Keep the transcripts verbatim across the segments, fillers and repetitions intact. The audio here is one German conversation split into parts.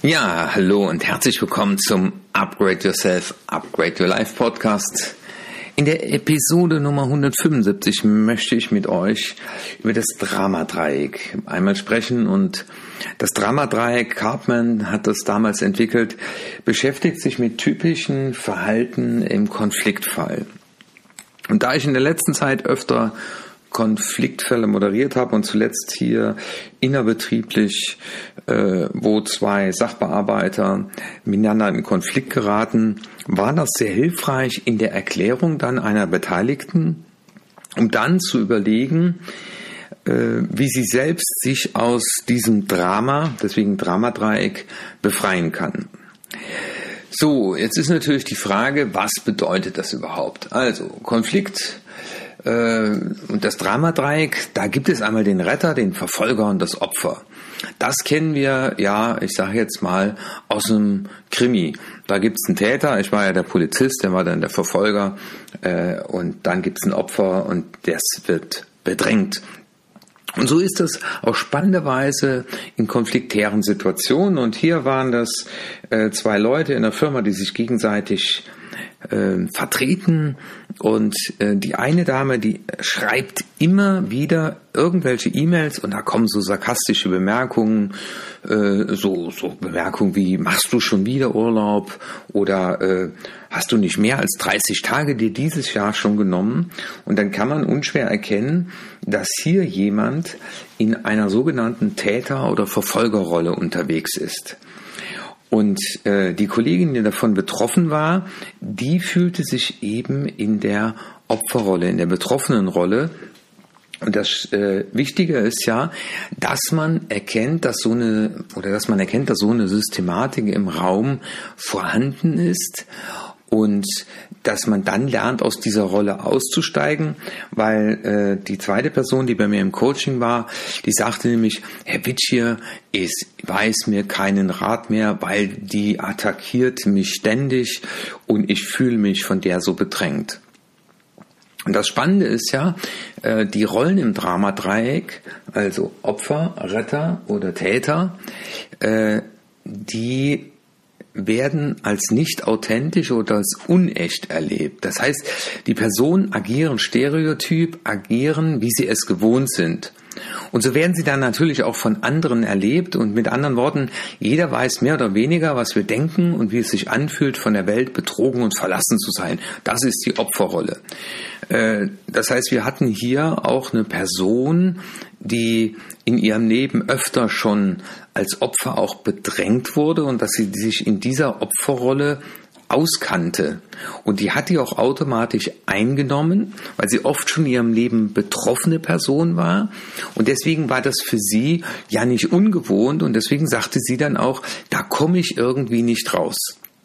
Ja, hallo und herzlich willkommen zum Upgrade Yourself, Upgrade Your Life Podcast. In der Episode Nummer hundertfünfundsiebzig möchte ich mit euch über das Dramadreieck einmal sprechen. Und das Dramadreieck, Karpman hat das damals entwickelt, beschäftigt sich mit typischen Verhalten im Konfliktfall. Und da ich in der letzten Zeit öfter Konfliktfälle moderiert habe und zuletzt hier innerbetrieblich, äh, wo zwei Sachbearbeiter miteinander in Konflikt geraten, war das sehr hilfreich in der Erklärung dann einer Beteiligten, um dann zu überlegen, äh, wie sie selbst sich aus diesem Drama, deswegen Dramadreieck, befreien kann. So, jetzt ist natürlich die Frage, was bedeutet das überhaupt? Also, Konflikt und das Dramadreieck, da gibt es einmal den Retter, den Verfolger und das Opfer. Das kennen wir, ja, ich sage jetzt mal, aus einem Krimi. Da gibt es einen Täter, ich war ja der Polizist, der war dann der Verfolger, äh, und dann gibt es ein Opfer und das wird bedrängt. Und so ist das auch spannenderweise in konfliktären Situationen. Und hier waren das äh, zwei Leute in der Firma, die sich gegenseitig äh, vertreten. Und äh, die eine Dame, die schreibt immer wieder irgendwelche E-Mails und da kommen so sarkastische Bemerkungen, äh, so, so Bemerkungen wie, machst du schon wieder Urlaub oder äh, hast du nicht mehr als dreißig Tage dir dieses Jahr schon genommen? Und dann kann man unschwer erkennen, dass hier jemand in einer sogenannten Täter- oder Verfolgerrolle unterwegs ist. Und äh, die Kollegin, die davon betroffen war, die fühlte sich eben in der Opferrolle, in der betroffenen Rolle. Und das äh, Wichtige ist ja, dass man erkennt, dass so eine oder dass man erkennt, dass so eine Systematik im Raum vorhanden ist. Und dass man dann lernt, aus dieser Rolle auszusteigen, weil äh, die zweite Person, die bei mir im Coaching war, die sagte nämlich, Herr Witschier, ich weiß mir keinen Rat mehr, weil die attackiert mich ständig und ich fühle mich von der so bedrängt. Und das Spannende ist ja, äh, die Rollen im Dramadreieck, also Opfer, Retter oder Täter, äh, die werden als nicht authentisch oder als unecht erlebt. Das heißt, die Personen agieren stereotyp, agieren, wie sie es gewohnt sind. Und so werden sie dann natürlich auch von anderen erlebt und mit anderen Worten, jeder weiß mehr oder weniger, was wir denken und wie es sich anfühlt, von der Welt betrogen und verlassen zu sein. Das ist die Opferrolle. Das heißt, wir hatten hier auch eine Person, die in ihrem Leben öfter schon als Opfer auch bedrängt wurde und dass sie sich in dieser Opferrolle auskannte. Und die hat die auch automatisch eingenommen, weil sie oft schon in ihrem Leben betroffene Person war. Und deswegen war das für sie ja nicht ungewohnt. Und deswegen sagte sie dann auch, da komme ich irgendwie nicht raus.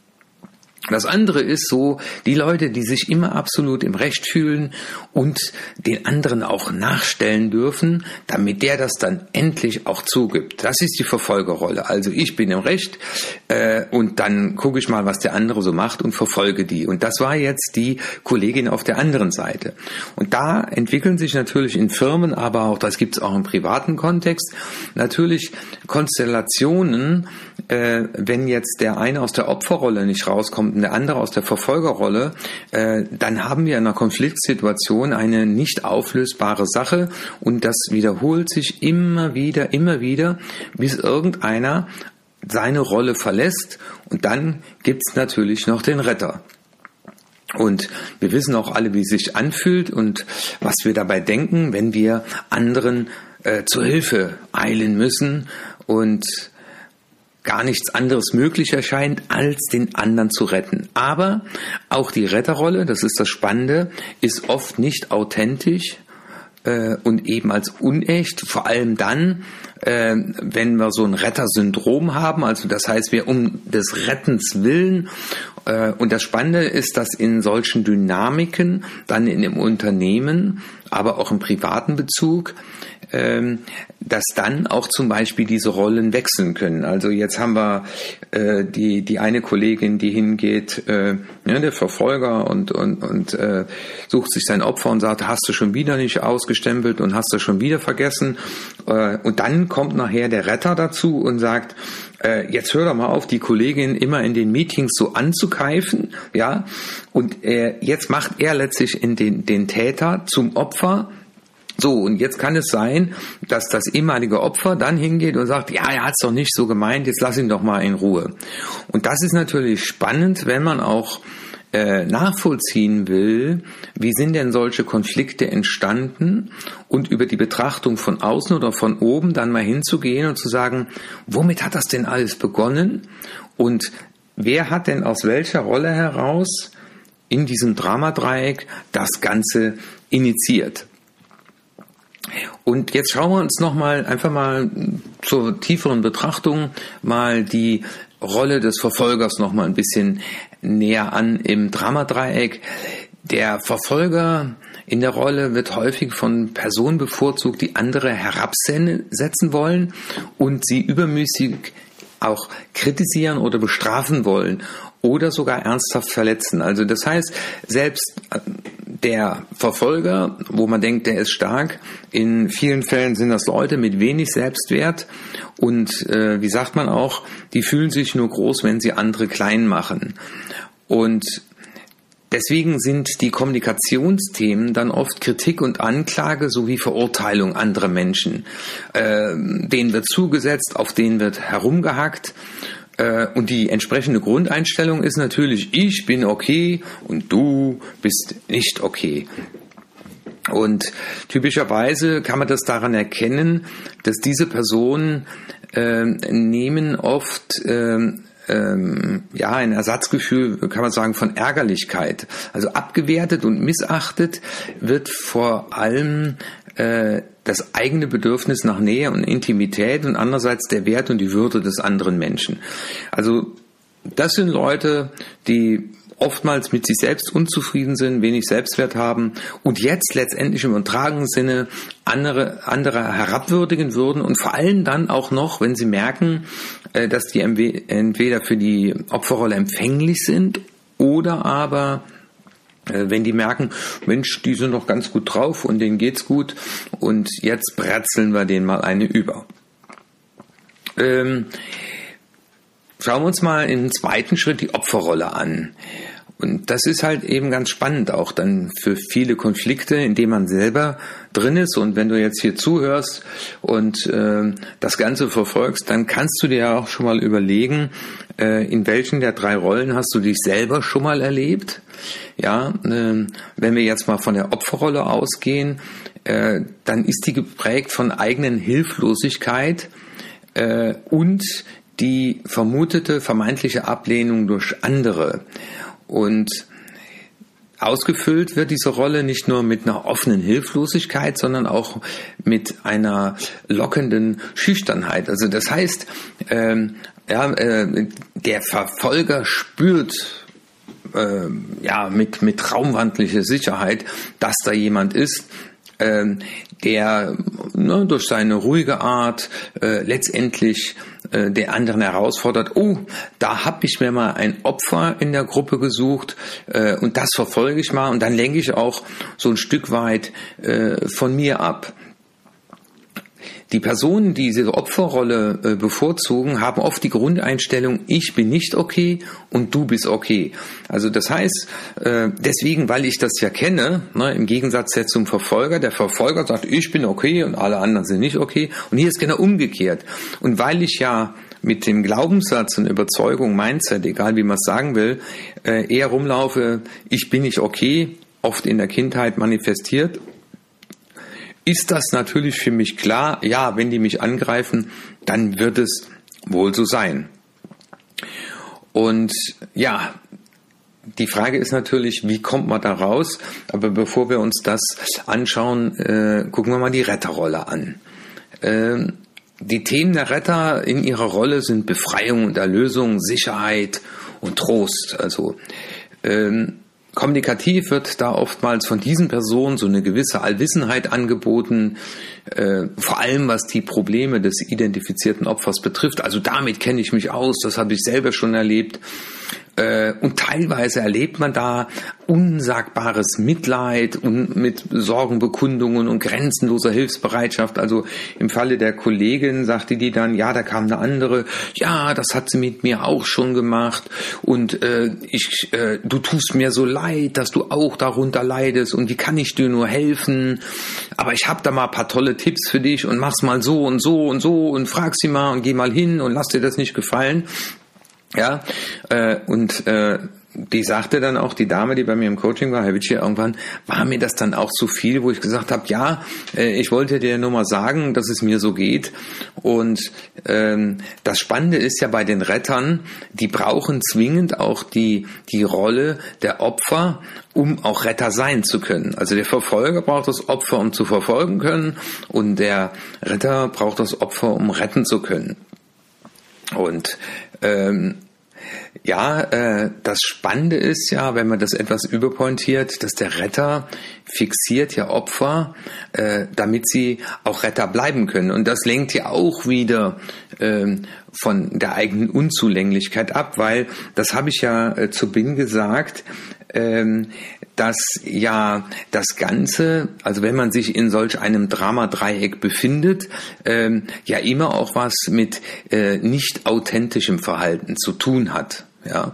Das andere ist so, die Leute, die sich immer absolut im Recht fühlen und den anderen auch nachstellen dürfen, damit der das dann endlich auch zugibt. Das ist die Verfolgerrolle. Also ich bin im Recht äh, und dann gucke ich mal, was der andere so macht und verfolge die. Und das war jetzt die Kollegin auf der anderen Seite. Und da entwickeln sich natürlich in Firmen, aber auch, das gibt es auch im privaten Kontext, natürlich Konstellationen, äh, wenn jetzt der eine aus der Opferrolle nicht rauskommt, und der andere aus der Verfolgerrolle, äh, dann haben wir in einer Konfliktsituation eine nicht auflösbare Sache und das wiederholt sich immer wieder, immer wieder, bis irgendeiner seine Rolle verlässt und dann gibt's natürlich noch den Retter. Und wir wissen auch alle, wie es sich anfühlt und was wir dabei denken, wenn wir anderen äh, zur Hilfe eilen müssen und gar nichts anderes möglich erscheint, als den anderen zu retten. Aber auch die Retterrolle, das ist das Spannende, ist oft nicht authentisch äh, und eben als unecht, vor allem dann, äh, wenn wir so ein Rettersyndrom haben, also das heißt, wir um des Rettens willen, äh, und das Spannende ist, dass in solchen Dynamiken dann in dem Unternehmen, aber auch im privaten Bezug, ähm, dass dann auch zum Beispiel diese Rollen wechseln können. Also jetzt haben wir äh, die die eine Kollegin, die hingeht, äh, ja, der Verfolger und und und äh, sucht sich sein Opfer und sagt, hast du schon wieder nicht ausgestempelt und hast du schon wieder vergessen. Äh, und dann kommt nachher der Retter dazu und sagt, äh, jetzt hör doch mal auf, die Kollegin immer in den Meetings so anzukeifen, ja. Und äh, jetzt macht er letztlich in den den Täter zum Opfer. So, und jetzt kann es sein, dass das ehemalige Opfer dann hingeht und sagt, ja, er hat es doch nicht so gemeint, jetzt lass ihn doch mal in Ruhe. Und das ist natürlich spannend, wenn man auch äh, nachvollziehen will, wie sind denn solche Konflikte entstanden und über die Betrachtung von außen oder von oben dann mal hinzugehen und zu sagen, womit hat das denn alles begonnen und wer hat denn aus welcher Rolle heraus in diesem Dramadreieck das Ganze initiiert. Und jetzt schauen wir uns nochmal einfach mal zur tieferen Betrachtung mal die Rolle des Verfolgers nochmal ein bisschen näher an im Dramadreieck. Der Verfolger in der Rolle wird häufig von Personen bevorzugt, die andere herabsetzen wollen und sie übermäßig auch kritisieren oder bestrafen wollen oder sogar ernsthaft verletzen. Also das heißt, selbst der Verfolger, wo man denkt, der ist stark, in vielen Fällen sind das Leute mit wenig Selbstwert und äh, wie sagt man auch, die fühlen sich nur groß, wenn sie andere klein machen. Und deswegen sind die Kommunikationsthemen dann oft Kritik und Anklage sowie Verurteilung anderer Menschen. Äh, denen wird zugesetzt, auf denen wird herumgehackt. Äh, und die entsprechende Grundeinstellung ist natürlich, ich bin okay und du bist nicht okay. Und typischerweise kann man das daran erkennen, dass diese Personen äh, nehmen oft äh, Ähm, ja, ein Ersatzgefühl, kann man sagen, von Ärgerlichkeit. Also abgewertet und missachtet wird vor allem äh, das eigene Bedürfnis nach Nähe und Intimität und andererseits der Wert und die Würde des anderen Menschen. Also das sind Leute, die oftmals mit sich selbst unzufrieden sind, wenig Selbstwert haben und jetzt letztendlich im übertragenen Sinne andere, andere herabwürdigen würden und vor allem dann auch noch, wenn sie merken, dass die entweder für die Opferrolle empfänglich sind oder aber wenn die merken, Mensch, die sind doch ganz gut drauf und denen geht's gut und jetzt bretzeln wir denen mal eine über. Ähm, Schauen wir uns mal im zweiten Schritt die Opferrolle an. Und das ist halt eben ganz spannend auch dann für viele Konflikte, in denen man selber drin ist. Und wenn du jetzt hier zuhörst und äh, das Ganze verfolgst, dann kannst du dir ja auch schon mal überlegen, äh, in welchen der drei Rollen hast du dich selber schon mal erlebt. Ja, äh, wenn wir jetzt mal von der Opferrolle ausgehen, äh, dann ist die geprägt von eigenen Hilflosigkeit äh, und die vermutete vermeintliche Ablehnung durch andere. Und ausgefüllt wird diese Rolle nicht nur mit einer offenen Hilflosigkeit, sondern auch mit einer lockenden Schüchternheit. Also das heißt, ähm, ja, äh, der Verfolger spürt äh, ja mit mit traumwandlicher Sicherheit, dass da jemand ist, äh, der ne, durch seine ruhige Art äh, letztendlich äh, den anderen herausfordert, oh, da habe ich mir mal ein Opfer in der Gruppe gesucht äh, und das verfolge ich mal und dann lenke ich auch so ein Stück weit äh, von mir ab. Die Personen, die diese Opferrolle äh, bevorzugen, haben oft die Grundeinstellung, ich bin nicht okay und du bist okay. Also das heißt, äh, deswegen, weil ich das ja kenne, ne, im Gegensatz jetzt zum Verfolger, der Verfolger sagt, ich bin okay und alle anderen sind nicht okay. Und hier ist genau umgekehrt. Und weil ich ja mit dem Glaubenssatz und Überzeugung, Mindset, egal wie man es sagen will, äh, eher rumlaufe, ich bin nicht okay, oft in der Kindheit manifestiert, ist das natürlich für mich klar, ja, wenn die mich angreifen, dann wird es wohl so sein. Und ja, die Frage ist natürlich, wie kommt man da raus? Aber bevor wir uns das anschauen, äh, gucken wir mal die Retterrolle an. Ähm, die Themen der Retter in ihrer Rolle sind Befreiung und Erlösung, Sicherheit und Trost. Also ähm, Kommunikativ wird da oftmals von diesen Personen so eine gewisse Allwissenheit angeboten, äh, vor allem was die Probleme des identifizierten Opfers betrifft. Also damit kenne ich mich aus, das habe ich selber schon erlebt. Äh, und teilweise erlebt man da unsagbares Mitleid und mit Sorgenbekundungen und grenzenloser Hilfsbereitschaft. Also im Falle der Kollegin sagte die dann, ja, da kam eine andere, ja, das hat sie mit mir auch schon gemacht und äh, ich, äh, du tust mir so leid, dass du auch darunter leidest und wie kann ich dir nur helfen? Aber ich habe da mal ein paar tolle Tipps für dich und mach's mal so und so und so und frag sie mal und geh mal hin und lass dir das nicht gefallen. Ja, äh, und äh, die sagte dann auch, die Dame, die bei mir im Coaching war, Herr Witschi, irgendwann war mir das dann auch zu viel, wo ich gesagt habe, ja, äh, ich wollte dir nur mal sagen, dass es mir so geht. Und ähm, das Spannende ist ja bei den Rettern, die brauchen zwingend auch die die Rolle der Opfer, um auch Retter sein zu können. Also der Verfolger braucht das Opfer, um zu verfolgen können, und der Retter braucht das Opfer, um retten zu können. Und ähm, ja, äh, das Spannende ist ja, wenn man das etwas überpointiert, dass der Retter fixiert ja Opfer, äh, damit sie auch Retter bleiben können. Und das lenkt ja auch wieder äh, von der eigenen Unzulänglichkeit ab, weil, das habe ich ja äh, zu Beginn gesagt, ähm, dass ja das Ganze, also wenn man sich in solch einem Dramadreieck befindet, ähm, ja immer auch was mit äh, nicht authentischem Verhalten zu tun hat. Ja,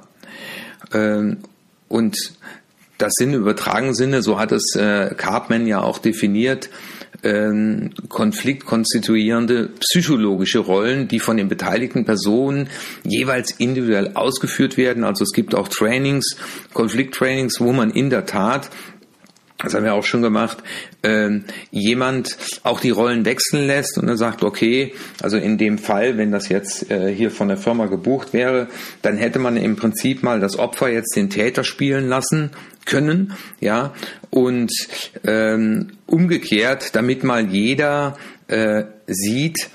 ähm, und das sind im übertragenen Sinne, so hat es äh, Karpman ja auch definiert, ähm, konfliktkonstituierende psychologische Rollen, die von den beteiligten Personen jeweils individuell ausgeführt werden. Also es gibt auch Trainings, Konflikttrainings, wo man in der Tat, das haben wir auch schon gemacht, ähm, jemand auch die Rollen wechseln lässt und er sagt, okay, also in dem Fall, wenn das jetzt äh, hier von der Firma gebucht wäre, dann hätte man im Prinzip mal das Opfer jetzt den Täter spielen lassen können, ja, und ähm, umgekehrt, damit mal jeder äh, sieht,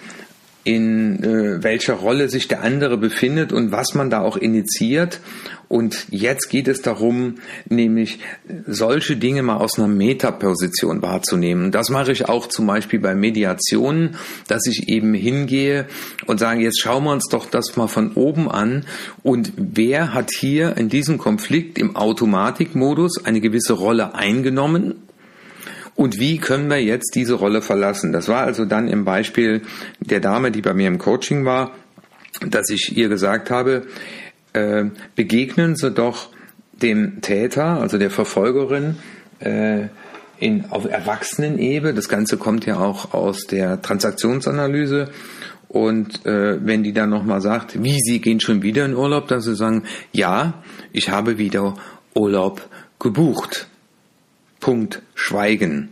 in äh, welcher Rolle sich der andere befindet und was man da auch initiiert. Und jetzt geht es darum, nämlich solche Dinge mal aus einer Metaposition wahrzunehmen. Das mache ich auch zum Beispiel bei Mediationen, dass ich eben hingehe und sage, jetzt schauen wir uns doch das mal von oben an. Und wer hat hier in diesem Konflikt im Automatikmodus eine gewisse Rolle eingenommen? Und wie können wir jetzt diese Rolle verlassen? Das war also dann im Beispiel der Dame, die bei mir im Coaching war, dass ich ihr gesagt habe, äh, begegnen Sie doch dem Täter, also der Verfolgerin, äh, in, auf Erwachsenenebene. Das Ganze kommt ja auch aus der Transaktionsanalyse. Und äh, wenn die dann nochmal sagt, wie, Sie gehen schon wieder in Urlaub, dass Sie sagen, ja, ich habe wieder Urlaub gebucht. Punkt, Schweigen.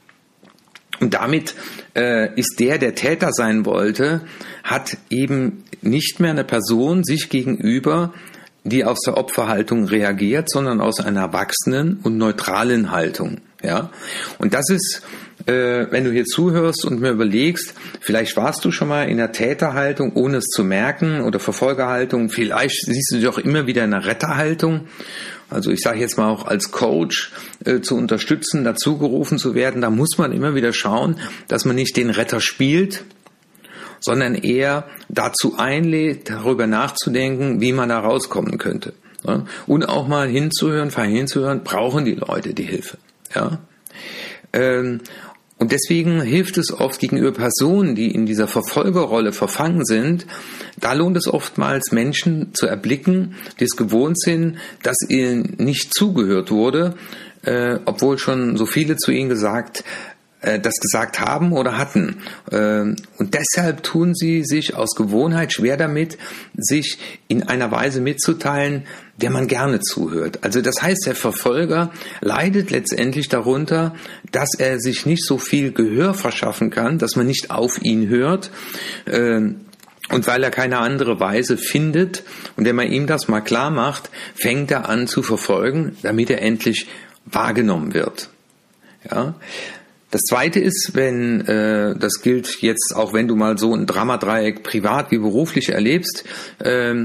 Und damit äh, ist der, der Täter sein wollte, hat eben nicht mehr eine Person sich gegenüber, die aus der Opferhaltung reagiert, sondern aus einer erwachsenen und neutralen Haltung. Ja, und das ist, äh, wenn du hier zuhörst und mir überlegst, vielleicht warst du schon mal in der Täterhaltung, ohne es zu merken, oder Verfolgerhaltung, vielleicht siehst du dich auch immer wieder in der Retterhaltung. Also ich sage jetzt mal auch als Coach äh, zu unterstützen, dazu gerufen zu werden, da muss man immer wieder schauen, dass man nicht den Retter spielt, sondern eher dazu einlädt, darüber nachzudenken, wie man da rauskommen könnte. Ja? Und auch mal hinzuhören, fein hinzuhören, brauchen die Leute die Hilfe. Ja? Ähm, Und deswegen hilft es oft gegenüber Personen, die in dieser Verfolgerrolle verfangen sind, da lohnt es oftmals, Menschen zu erblicken, die es gewohnt sind, dass ihnen nicht zugehört wurde, äh, obwohl schon so viele zu ihnen gesagt, äh, das gesagt haben oder hatten. Äh, und deshalb tun sie sich aus Gewohnheit schwer damit, sich in einer Weise mitzuteilen, der man gerne zuhört. Also das heißt, der Verfolger leidet letztendlich darunter, dass er sich nicht so viel Gehör verschaffen kann, dass man nicht auf ihn hört, äh, und weil er keine andere Weise findet und wenn man ihm das mal klar macht, fängt er an zu verfolgen, damit er endlich wahrgenommen wird. Ja. Das Zweite ist, wenn, äh, das gilt jetzt auch, wenn du mal so ein Dramadreieck privat wie beruflich erlebst, äh,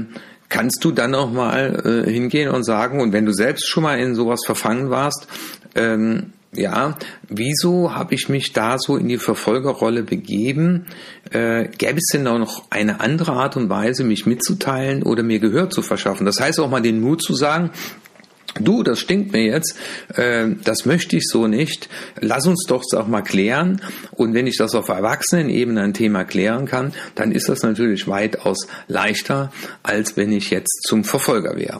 kannst du dann auch mal äh, hingehen und sagen, und wenn du selbst schon mal in sowas verfangen warst, ähm, ja, wieso habe ich mich da so in die Verfolgerrolle begeben? Äh, gäbe es denn da noch eine andere Art und Weise, mich mitzuteilen oder mir Gehör zu verschaffen? Das heißt auch mal den Mut zu sagen, du, das stinkt mir jetzt, äh, das möchte ich so nicht, lass uns doch das auch mal klären. Und wenn ich das auf Erwachsenenebene ein Thema klären kann, dann ist das natürlich weitaus leichter, als wenn ich jetzt zum Verfolger wäre.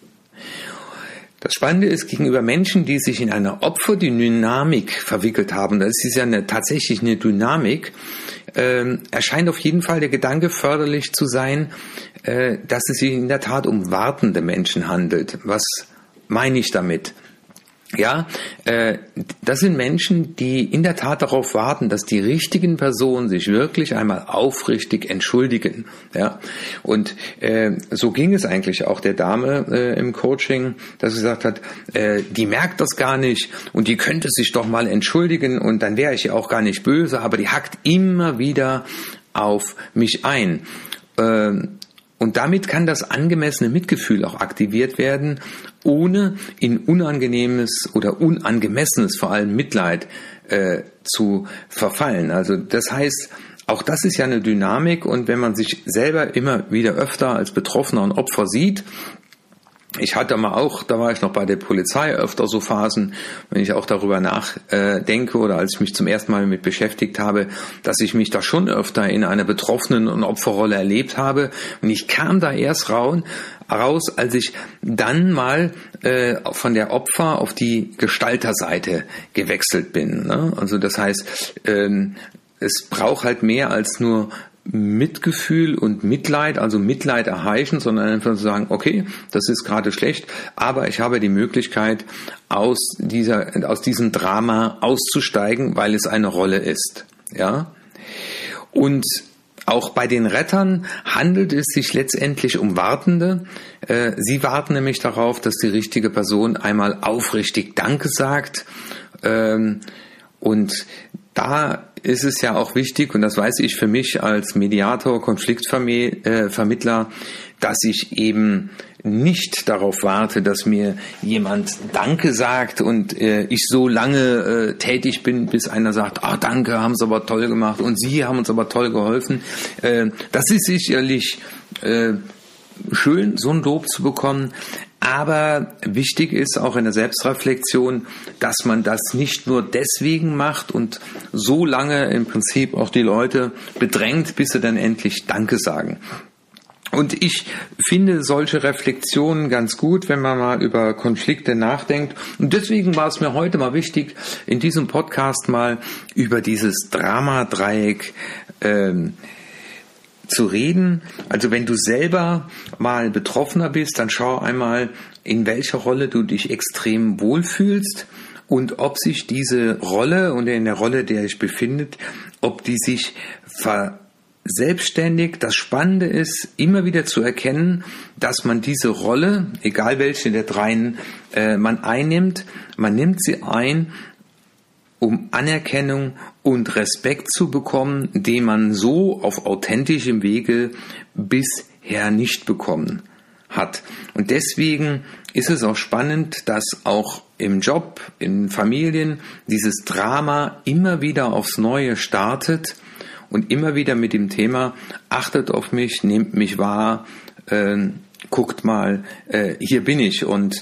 Das Spannende ist, gegenüber Menschen, die sich in eine Opferdynamik verwickelt haben, das ist ja eine, tatsächlich eine Dynamik, äh, erscheint auf jeden Fall der Gedanke förderlich zu sein, äh, dass es sich in der Tat um wartende Menschen handelt. Was meine ich damit? Ja, äh, das sind Menschen, die in der Tat darauf warten, dass die richtigen Personen sich wirklich einmal aufrichtig entschuldigen. Ja, und äh, so ging es eigentlich auch der Dame äh, im Coaching, dass sie gesagt hat, äh, die merkt das gar nicht und die könnte sich doch mal entschuldigen und dann wäre ich ja auch gar nicht böse, aber die hackt immer wieder auf mich ein. Äh, Und damit kann das angemessene Mitgefühl auch aktiviert werden, ohne in unangenehmes oder unangemessenes, vor allem Mitleid, äh, zu verfallen. Also das heißt, auch das ist ja eine Dynamik und wenn man sich selber immer wieder öfter als Betroffener und Opfer sieht, ich hatte mal auch, da war ich noch bei der Polizei, öfter so Phasen, wenn ich auch darüber nachdenke oder als ich mich zum ersten Mal damit beschäftigt habe, dass ich mich da schon öfter in einer Betroffenen- und Opferrolle erlebt habe. Und ich kam da erst raus, raus als ich dann mal äh, von der Opfer auf die Gestalterseite gewechselt bin. Ne? Also das heißt, ähm, es braucht halt mehr als nur Mitgefühl und Mitleid, also Mitleid erheischen, sondern einfach zu sagen, okay, das ist gerade schlecht, aber ich habe die Möglichkeit, aus dieser, aus diesem Drama auszusteigen, weil es eine Rolle ist, ja. Und auch bei den Rettern handelt es sich letztendlich um Wartende. Sie warten nämlich darauf, dass die richtige Person einmal aufrichtig Danke sagt. Und da ist es ja auch wichtig, und das weiß ich für mich als Mediator, Konfliktvermittler, dass ich eben nicht darauf warte, dass mir jemand Danke sagt und äh, ich so lange äh, tätig bin, bis einer sagt, ah, danke, haben Sie aber toll gemacht und Sie haben uns aber toll geholfen. Äh, das ist sicherlich äh, schön, so ein Lob zu bekommen, aber wichtig ist auch in der Selbstreflexion, dass man das nicht nur deswegen macht und so lange im Prinzip auch die Leute bedrängt, bis sie dann endlich Danke sagen. Und ich finde solche Reflexionen ganz gut, wenn man mal über Konflikte nachdenkt. Und deswegen war es mir heute mal wichtig, in diesem Podcast mal über dieses Dramadreieck ähm, zu reden. Also wenn du selber mal Betroffener bist, dann schau einmal, in welcher Rolle du dich extrem wohlfühlst und ob sich diese Rolle und in der Rolle, der dich befindet, ob die sich verselbstständigt. Das Spannende ist, immer wieder zu erkennen, dass man diese Rolle, egal welche der dreien äh, man einnimmt, man nimmt sie ein, um Anerkennung und Respekt zu bekommen, den man so auf authentischem Wege bisher nicht bekommen hat. Und deswegen ist es auch spannend, dass auch im Job, in Familien dieses Drama immer wieder aufs Neue startet und immer wieder mit dem Thema, achtet auf mich, nehmt mich wahr, äh, guckt mal, äh, hier bin ich. Und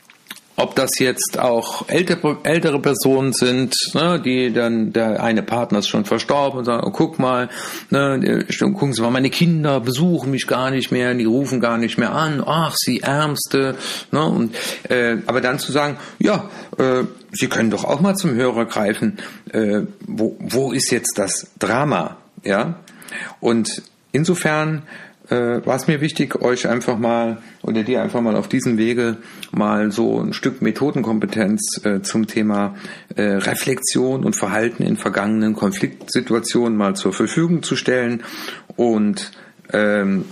ob das jetzt auch ältere, ältere Personen sind, ne, die dann, der eine Partner ist schon verstorben und sagen, oh, guck mal, ne, gucken Sie mal, meine Kinder besuchen mich gar nicht mehr, die rufen gar nicht mehr an, ach, Sie Ärmste, ne, und, äh, aber dann zu sagen, ja, äh, Sie können doch auch mal zum Hörer greifen, äh, wo, wo ist jetzt das Drama, ja, und insofern äh, war es mir wichtig, euch einfach mal oder dir einfach mal auf diesem Wege mal so ein Stück Methodenkompetenz äh, zum Thema äh, Reflexion und Verhalten in vergangenen Konfliktsituationen mal zur Verfügung zu stellen. Und ähm,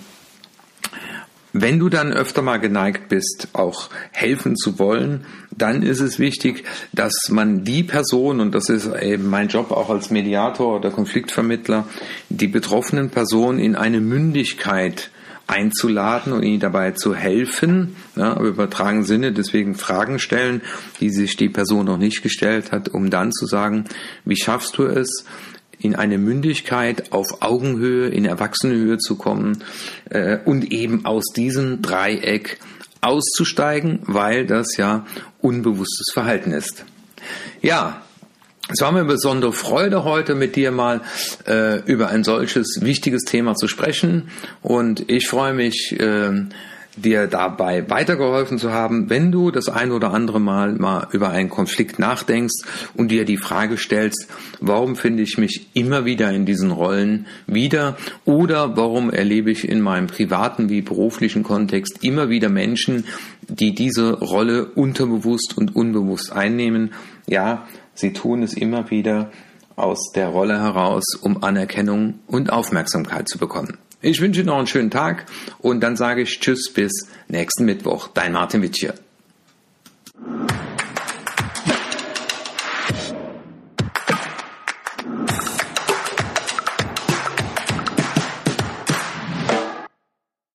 wenn du dann öfter mal geneigt bist, auch helfen zu wollen, dann ist es wichtig, dass man die Person, und das ist eben mein Job auch als Mediator oder Konfliktvermittler, die betroffenen Personen in eine Mündigkeit einzuladen und ihnen dabei zu helfen, ja, im übertragenen Sinne, deswegen Fragen stellen, die sich die Person noch nicht gestellt hat, um dann zu sagen, wie schaffst du es, in eine Mündigkeit auf Augenhöhe, in Erwachsenenhöhe zu kommen äh, und eben aus diesem Dreieck auszusteigen, weil das ja unbewusstes Verhalten ist. Ja, es war mir eine besondere Freude, heute mit dir mal äh, über ein solches wichtiges Thema zu sprechen, und ich freue mich, äh, dir dabei weitergeholfen zu haben, wenn du das ein oder andere Mal mal über einen Konflikt nachdenkst und dir die Frage stellst, warum finde ich mich immer wieder in diesen Rollen wieder, oder warum erlebe ich in meinem privaten wie beruflichen Kontext immer wieder Menschen, die diese Rolle unterbewusst und unbewusst einnehmen. Ja, sie tun es immer wieder aus der Rolle heraus, um Anerkennung und Aufmerksamkeit zu bekommen. Ich wünsche dir noch einen schönen Tag und dann sage ich Tschüss bis nächsten Mittwoch. Dein Martin Wittje.